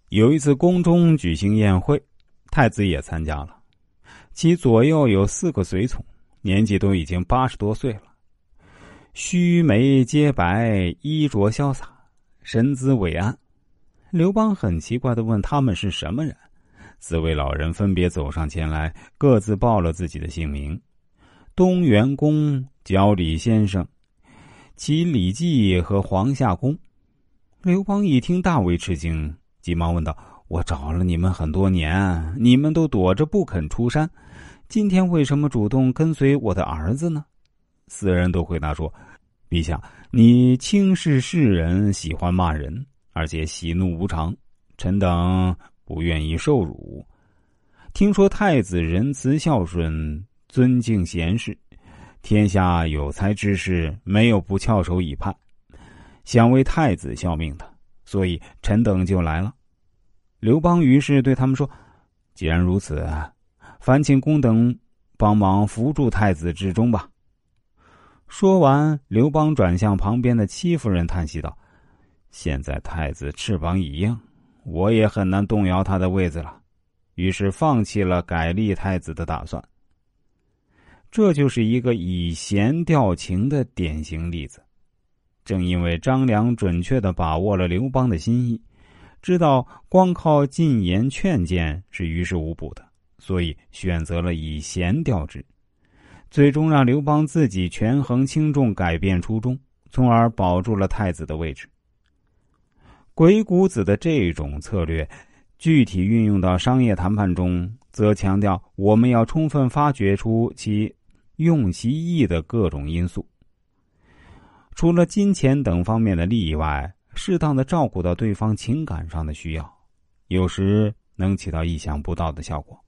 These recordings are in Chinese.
有一次宫中举行宴会，太子也参加了，其左右有4个随从，年纪都已经80多岁了，须眉皆白，衣着潇洒，身姿伟岸。刘邦很奇怪地问他们是什么人，4位老人分别走上前来，各自报了自己的姓名：东园公、角李先生、齐李绩和黄夏公。刘邦一听大为吃惊，急忙问道：我找了你们很多年，你们都躲着不肯出山，今天为什么主动跟随我的儿子呢？4人都回答说：陛下，你轻视世人，喜欢骂人，而且喜怒无常，臣等不愿意受辱。听说太子仁慈孝顺，尊敬贤士，天下有才之士没有不翘首以盼，想为太子效命的，所以臣等就来了。刘邦于是对他们说：既然如此，烦请公等帮忙扶助太子至终吧。说完，刘邦转向旁边的戚夫人叹息道：现在太子翅膀已硬，我也很难动摇他的位子了，于是放弃了改立太子的打算。这就是一个以贤调情的典型例子。正因为张良准确地把握了刘邦的心意，知道光靠进言劝谏是于事无补的，所以选择了以贤调之，最终让刘邦自己权衡轻重，改变初衷，从而保住了太子的位置。鬼谷子的这种策略具体运用到商业谈判中，则强调我们要充分发掘出其用其意的各种因素，除了金钱等方面的利益外，适当的照顾到对方情感上的需要，有时能起到意想不到的效果。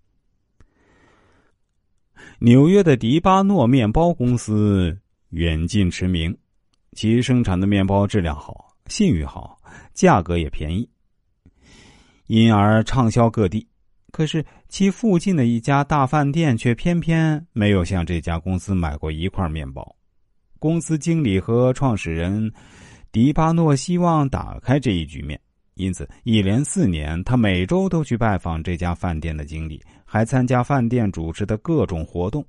纽约的迪巴诺面包公司远近驰名，其生产的面包质量好，信誉好，价格也便宜，因而畅销各地。可是其附近的一家大饭店却偏偏没有向这家公司买过一块面包。公司经理和创始人迪巴诺希望打开这一局面，因此一连4年，他每周都去拜访这家饭店的经理，还参加饭店主持的各种活动，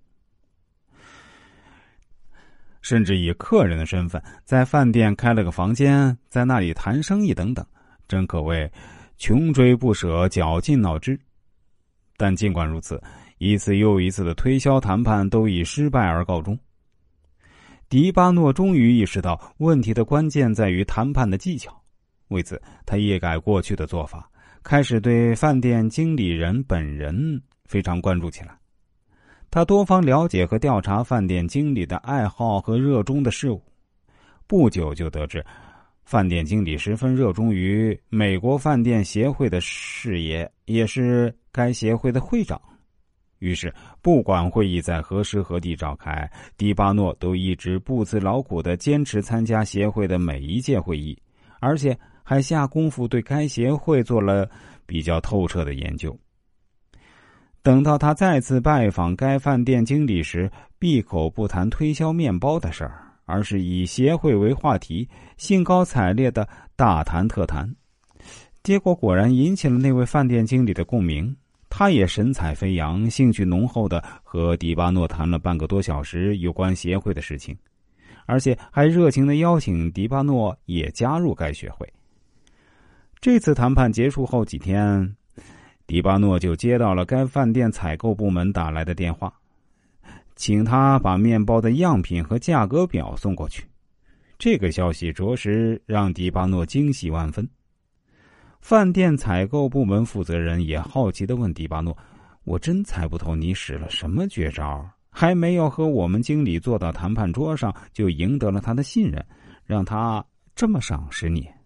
甚至以客人的身份在饭店开了个房间，在那里谈生意等等，真可谓穷追不舍，绞尽脑汁。但尽管如此，一次又一次的推销谈判都以失败而告终。迪巴诺终于意识到问题的关键在于谈判的技巧，为此他一改过去的做法，开始对饭店经理人本人非常关注起来。他多方了解和调查饭店经理的爱好和热衷的事物，不久就得知饭店经理十分热衷于美国饭店协会的事业，也是该协会的会长。于是不管会议在何时何地召开，迪巴诺都一直不辞劳苦地坚持参加协会的每一届会议，而且还下功夫对该协会做了比较透彻的研究。等到他再次拜访该饭店经理时，闭口不谈推销面包的事儿，而是以协会为话题，兴高采烈地大谈特谈。结果果然引起了那位饭店经理的共鸣，他也神采飞扬，兴趣浓厚地和迪巴诺谈了半个多小时有关协会的事情，而且还热情地邀请迪巴诺也加入该学会。这次谈判结束后几天，迪巴诺就接到了该饭店采购部门打来的电话，请他把面包的样品和价格表送过去。这个消息着实让迪巴诺惊喜万分。饭店采购部门负责人也好奇地问迪巴诺：我真猜不透你使了什么绝招，还没有和我们经理坐到谈判桌上就赢得了他的信任，让他这么赏识你。